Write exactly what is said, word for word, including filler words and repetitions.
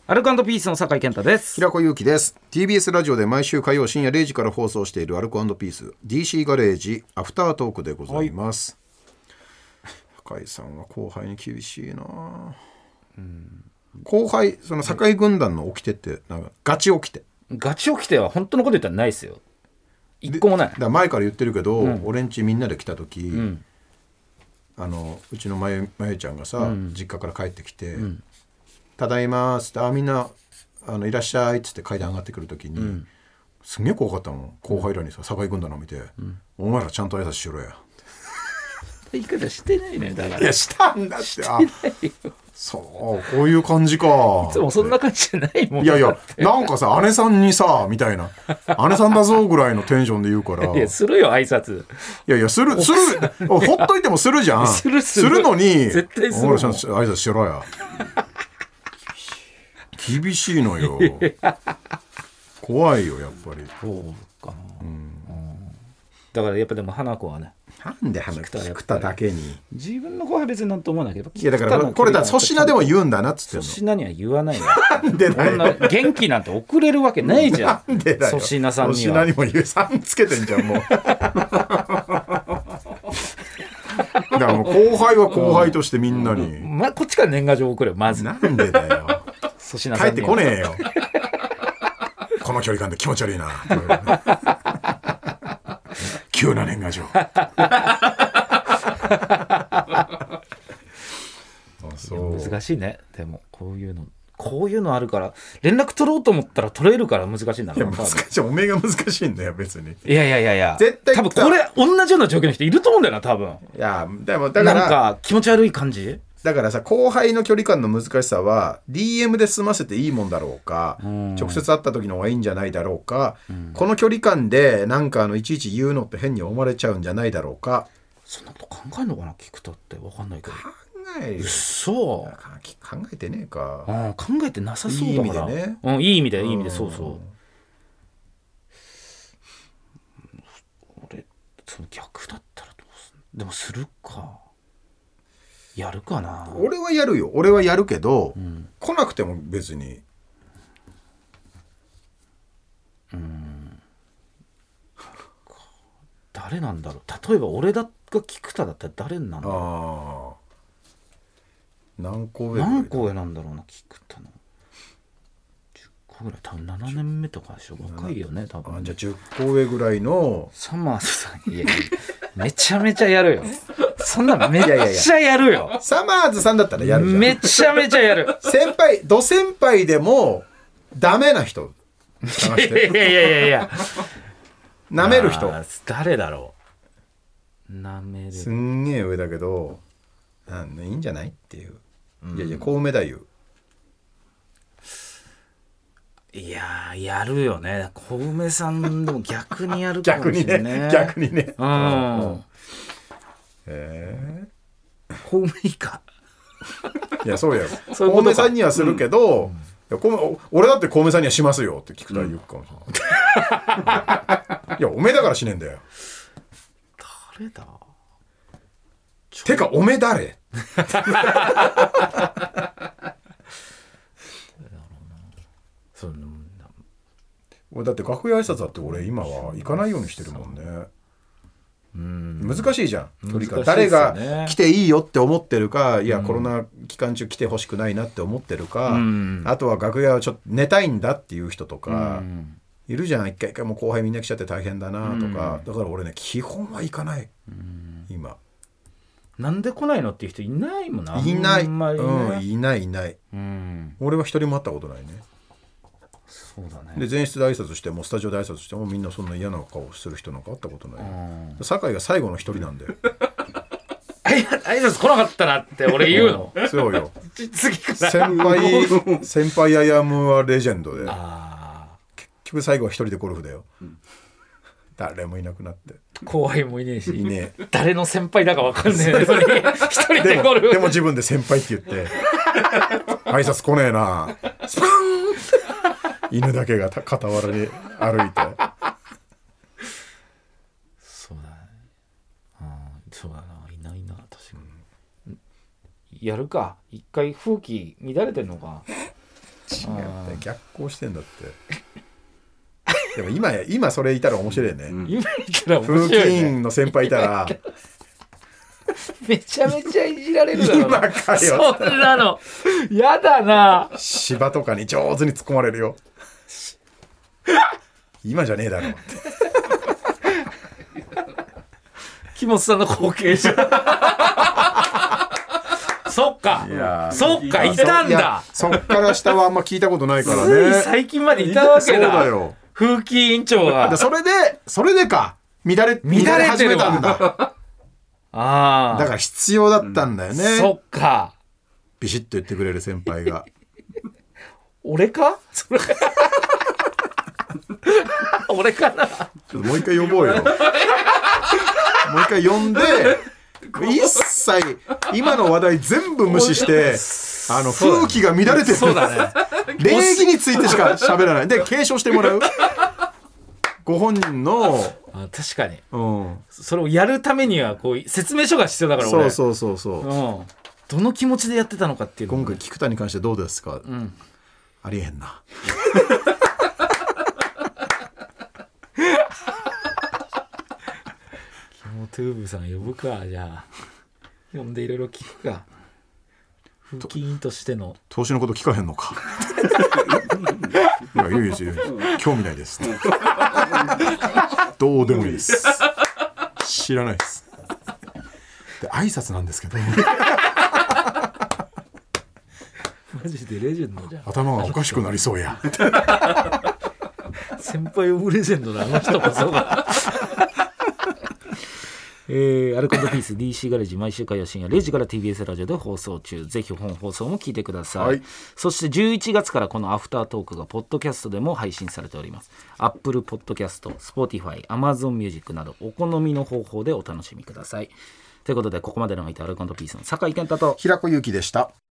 アルコ&ピースの酒井健太です。 平子祐希です。 ティービーエス ラジオで毎週火曜深夜れいじから放送しているアルコ&ピース ディーシー ガレージアフタートークでございます、はい、酒井さんは後輩に厳しいな、うん、後輩その酒井軍団の掟ってなんかガチ掟ガチ掟は本当のこと言ったらないですよ。一個もない。 だから前から言ってるけど、 うん、 俺んちみんなで来た時、うん、あのうちのまゆ、まゆちゃんがさ、うん、実家から帰ってきて、うん、ただいまーっつってあみんなあのいらっしゃいっつって階段上がってくるときに、うん、すんげえ怖かったもん。後輩らにさ酒井軍団の見て、うん、お前らちゃんと挨拶しろや言い方してないね。だからいやしたんだってあそうこういう感じか。 いつもそんな感じじゃないもん。 いやいやなんかさ姉さんにさみたいな姉さんだぞぐらいのテンションで言うからいやするよ挨拶。いやいやするするほっといてもするじゃんするするするのに絶対するもん。 挨拶しろや厳しいのよ怖いよやっぱり。 そうかな、うん、だからやっぱでも花子はねなんで花子菊田だけに自分の子は別になんと思わないけどいやだからこれだ粗品でも言うんだなっつってんの。 粗品には言わないよ。 なんでだよ。 こんな元気なんて送れるわけないじゃん。なんでだよ粗品さんには。 粗品にも言うさんつけてんじゃんもうだからもう後輩は後輩としてみんなに、 うんま、こっちから年賀状送れよまず。 なんでだよ粗品さんに帰ってこねえよこの距離感で気持ち悪いな急な年賀状そう難しいね。でもこういうのこういうのあるから連絡取ろうと思ったら取れるから難しいんだろうな。 いや難しいおめえが難しいんだよ別に。 いやいやいやいや絶対多分これ同じような状況の人いると思うんだよな多分。 いやでもだからなんか気持ち悪い感じだからさ後輩の距離感の難しさは ディーエム で済ませていいもんだろうか、うん、直接会った時の方がいいんじゃないだろうか、うん、この距離感でなんかあのいちいち言うのって変に思われちゃうんじゃないだろうか。 そんなこと考えるのかな聞くとって分かんないけど。 考えるそう考えてねえか。 あ考えてなさそうだから。 いい意味でね、 うん、いい意味でいい意味でそうそう。俺その逆だったらどうすんでもするかやるかな。 俺はやるよ俺はやるけど、うん、来なくても別にうん誰なんだろう。例えば俺だが菊田だったら誰なんだろう。あ何個上何個上なんだろうな菊田のじゅっこぐらい多分ななねんめとかでしょ。若いよね多分。 あじゃあじゅっこ上ぐらいのサマーズさんいやめちゃめちゃやるよそんなめっちゃやるよ。いやいやいやサマーズさんだったらやるじゃん。 めちゃめちゃやる先輩ド先輩でもダメな人探していやいやいやいや舐める人誰だろう。舐めるすんげえ上だけどなんいいんじゃないっていう、うん、いやいや小梅太夫いややるよね。小梅さんでも逆にやるかもしれないね逆にね逆にねうん、うん、 えー、小梅いいかいやそうや小梅さんにはするけど、うん、いや小俺だって小梅さんにはしますよって聞くとは言うかもしれない、うん、いやおめえだからしねえんだよ。 誰だてかおめえ誰俺だって楽屋挨拶だって俺今は行かないようにしてるもんね。うん難しいじゃん距離感、ね、誰が来ていいよって思ってるかいや、うん、コロナ期間中来てほしくないなって思ってるか、うん、あとは楽屋はちょっと寝たいんだっていう人とか、うん、いるじゃん。一回一回もう後輩みんな来ちゃって大変だなとか、うん、だから俺ね基本は行かない、うん、今なんで来ないのっていう人いないもんな。 いない、 あんまりね、 うん、いないいない、うん、俺は一人も会ったことないね。 そうだね。 で前室で挨拶してもスタジオで挨拶してもみんなそんな嫌な顔する人なんか会ったことない。酒井が最後の一人なんで挨拶来なかったなって俺言うのそうよ次から先輩先輩アヤムはレジェンドであ結局最後は一人でゴルフだよ、うん、誰もいなくなって後輩もいねえしいねえ誰の先輩だか分かんねえのに一人でゴルフで, もでも自分で先輩って言って挨拶来ねえなスパン犬だけが傍らに歩いてそうだね、うん、そうだないないな確かに、うん、やるか一回風紀乱れてんのかって逆行してんだってでも今今それいたら面白いよね、うん、 今いたら面風白い、ね、 紀委員の先輩いたらめちゃめちゃいじられるだろう今かよそんなのやだな芝とかに上手に突っ込まれるよ今じゃねえだろって木本さんの後継者そっかそっかいたんだそ, そっから下はあんま聞いたことないからねつい最近までいたわけだ。 そうだよ風紀委員長がそれでそれでか乱れ乱れ始めたんだあだから必要だったんだよね、うん、 そっかビシッと言ってくれる先輩が俺かそれ俺かなちょっともう一回呼ぼうよもう一回呼んで一切今の話題全部無視してあの風紀が乱れてるそうだね礼儀についてしか喋らないで継承してもらうご本人のあ確かに、 うん、 それをやるためにはこう説明書が必要だから俺そうそうそうそう、うん、 どの気持ちでやってたのかっていうの、ね、 今回菊田に関してどうですか、 うん、 ありえへんなキモトゥーブさん呼ぶかじゃあ呼んでいろいろ聞くか風紀委員としての投資のこと聞かへんのかいやいやいや興味ないですどうでもいいです知らないですで挨拶なんですけどマジでレジェンドじゃん頭がおかしくなりそうや先輩呼ぶレジェンドだあの人こそがえー、アルコ&ピース ディーシー ガレージ毎週火曜深夜れいじから ティービーエス ラジオで放送中ぜひ本放送も聞いてください、はい、そしてじゅういちがつからこのアフタートークがポッドキャストでも配信されております。 Apple Podcast、Spotify、Amazon Music などお好みの方法でお楽しみください。ということでここまでの相手アルコ&ピースの酒井健太と平子祐希でした。